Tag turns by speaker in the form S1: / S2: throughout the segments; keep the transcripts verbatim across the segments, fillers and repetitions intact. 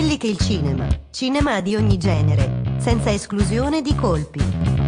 S1: Quelli che il cinema, cinema di ogni genere, senza esclusione di colpi.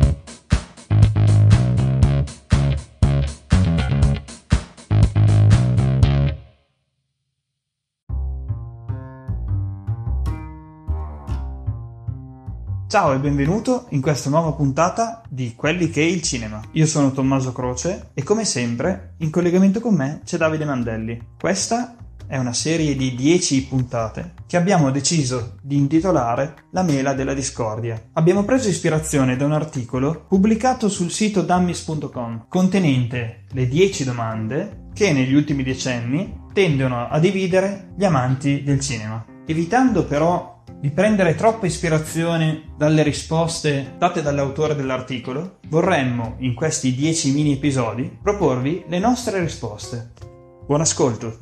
S2: Ciao e benvenuto in questa nuova puntata di Quelli che il cinema. Io sono Tommaso Croce e come sempre in collegamento con me c'è Davide Mandelli. Questa è una serie di dieci puntate che abbiamo deciso di intitolare La mela della discordia. Abbiamo preso ispirazione da un articolo pubblicato sul sito dummies punto com contenente le dieci domande che negli ultimi decenni tendono a dividere gli amanti del cinema. Evitando però di prendere troppa ispirazione dalle risposte date dall'autore dell'articolo, vorremmo in questi dieci mini episodi proporvi le nostre risposte. Buon ascolto!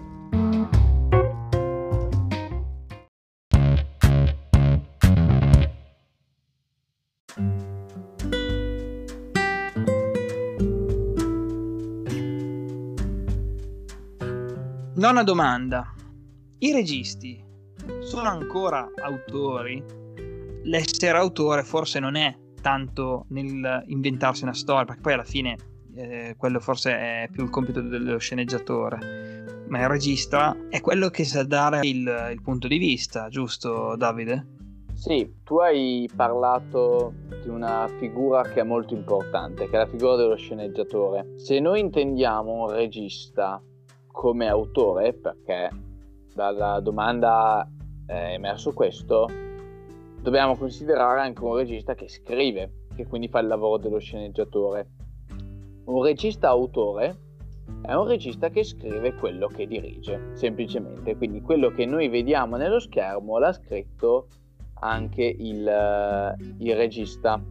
S3: Nona domanda. I registi sono ancora autori? L'essere autore forse non è tanto nel inventarsi una storia, perché poi alla fine eh, quello forse è più il compito dello sceneggiatore, ma il regista è quello che sa dare il, il punto di vista, giusto Davide?
S4: Sì, tu hai parlato di una figura che è molto importante, che è la figura dello sceneggiatore. Se noi intendiamo un regista come autore, perché dalla domanda è emerso questo, dobbiamo considerare anche un regista che scrive, che quindi fa il lavoro dello sceneggiatore. Un regista autore è un regista che scrive quello che dirige, semplicemente, quindi quello che noi vediamo nello schermo l'ha scritto anche il, il regista,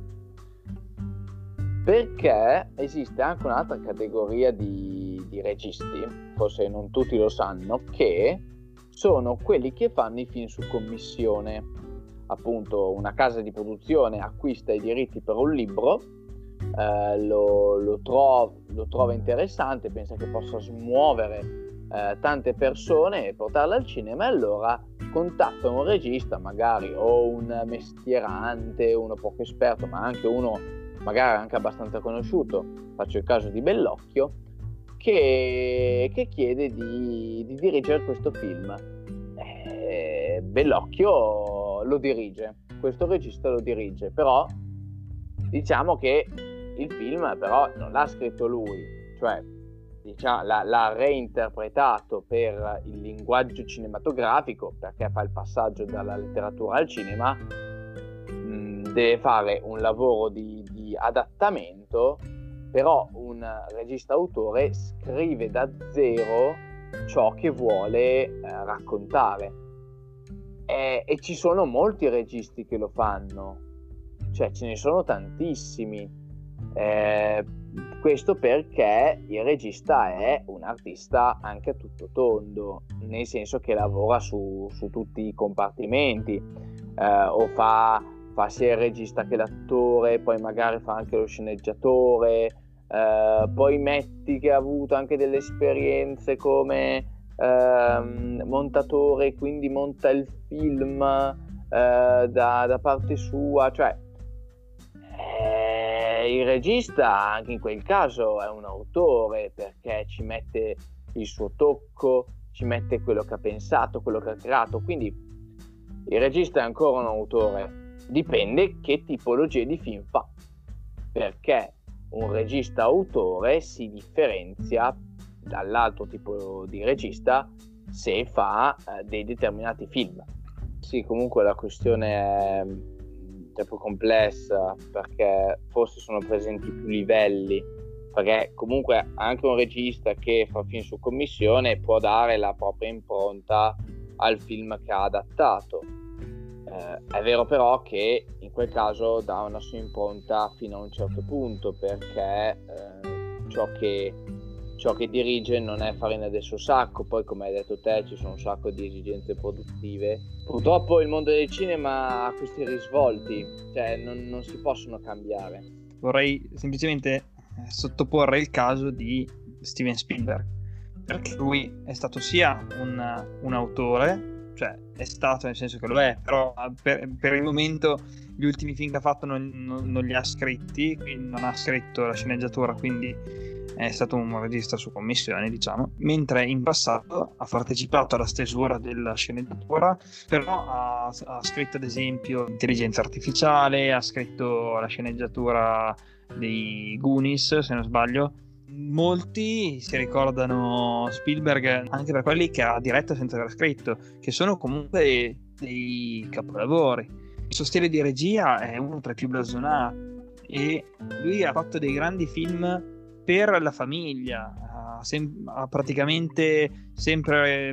S4: perché esiste anche un'altra categoria di, di registi, forse non tutti lo sanno, che sono quelli che fanno i film su commissione. Appunto, una casa di produzione acquista i diritti per un libro, eh, lo, lo, trov- lo trova interessante, pensa che possa smuovere eh, tante persone e portarle al cinema, e allora contatta un regista, magari o un mestierante, uno poco esperto, ma anche uno magari anche abbastanza conosciuto, faccio il caso di Bellocchio, che, che chiede di, di dirigere questo film. Eh, Bellocchio lo dirige, questo regista lo dirige, però diciamo che il film però non l'ha scritto lui, cioè diciamo, l'ha, l'ha reinterpretato per il linguaggio cinematografico, perché fa il passaggio dalla letteratura al cinema, mh, deve fare un lavoro di, di adattamento. Però un regista autore scrive da zero ciò che vuole eh, raccontare, e, e ci sono molti registi che lo fanno, cioè ce ne sono tantissimi, eh, questo perché il regista è un artista anche a tutto tondo, nel senso che lavora su, su tutti i compartimenti, eh, o fa fa sia il regista che l'attore, poi magari fa anche lo sceneggiatore, eh, poi metti che ha avuto anche delle esperienze come eh, montatore, quindi monta il film eh, da, da parte sua, cioè eh, il regista anche in quel caso è un autore, perché ci mette il suo tocco, ci mette quello che ha pensato, quello che ha creato, quindi il regista è ancora un autore. Dipende che tipologia di film fa, perché un regista autore si differenzia dall'altro tipo di regista se fa eh, dei determinati film. Sì, comunque la questione è, è più complessa, perché forse sono presenti più livelli, perché comunque anche un regista che fa film su commissione può dare la propria impronta al film che ha adattato. Eh, è vero però che in quel caso dà una sua impronta fino a un certo punto, perché eh, ciò che ciò che dirige non è farina del suo sacco. Poi, come hai detto te, ci sono un sacco di esigenze produttive. Purtroppo il mondo del cinema ha questi risvolti, cioè non, non si possono cambiare.
S3: Vorrei semplicemente sottoporre il caso di Steven Spielberg, perché lui è stato sia un, un autore, cioè è stato, nel senso che lo è, però per, per il momento gli ultimi film che ha fatto non, non, non li ha scritti, non ha scritto la sceneggiatura, quindi è stato un regista su commissione, diciamo, mentre in passato ha partecipato alla stesura della sceneggiatura, però ha, ha scritto ad esempio Intelligenza Artificiale, ha scritto la sceneggiatura dei Goonies, se non sbaglio. Molti si ricordano Spielberg anche per quelli che ha diretto senza aver scritto, che sono comunque dei capolavori. Il suo stile di regia è uno tra i più blasonati e lui ha fatto dei grandi film per la famiglia, ha, sem- ha praticamente sempre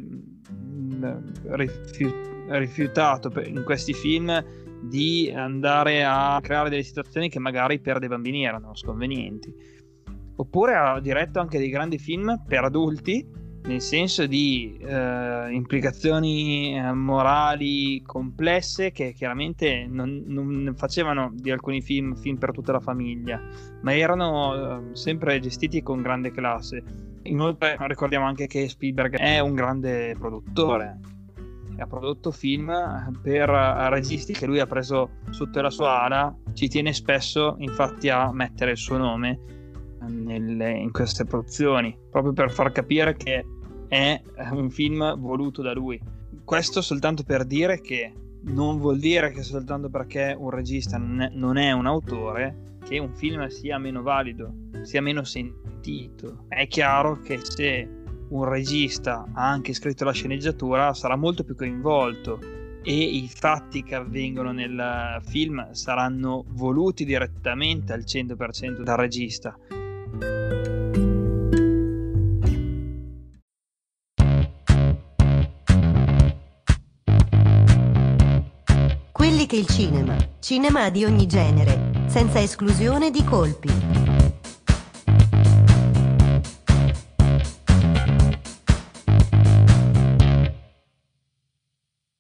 S3: rifiu- rifiutato in questi film di andare a creare delle situazioni che magari per dei bambini erano sconvenienti. Oppure ha diretto anche dei grandi film per adulti, nel senso di eh, implicazioni eh, morali complesse che chiaramente non, non facevano di alcuni film film per tutta la famiglia, ma erano eh, sempre gestiti con grande classe. Inoltre ricordiamo anche che Spielberg è un grande produttore, ha prodotto film per registi che lui ha preso sotto la sua ala, ci tiene spesso infatti a mettere il suo nome nelle, in queste produzioni, proprio per far capire che è un film voluto da lui. Questo soltanto per dire che non vuol dire che soltanto perché un regista non è, non è un autore che un film sia meno valido, sia meno sentito. È chiaro che se un regista ha anche scritto la sceneggiatura sarà molto più coinvolto e i fatti che avvengono nel film saranno voluti direttamente al cento per cento dal regista.
S1: Quelli che il cinema, cinema di ogni genere, senza esclusione di colpi.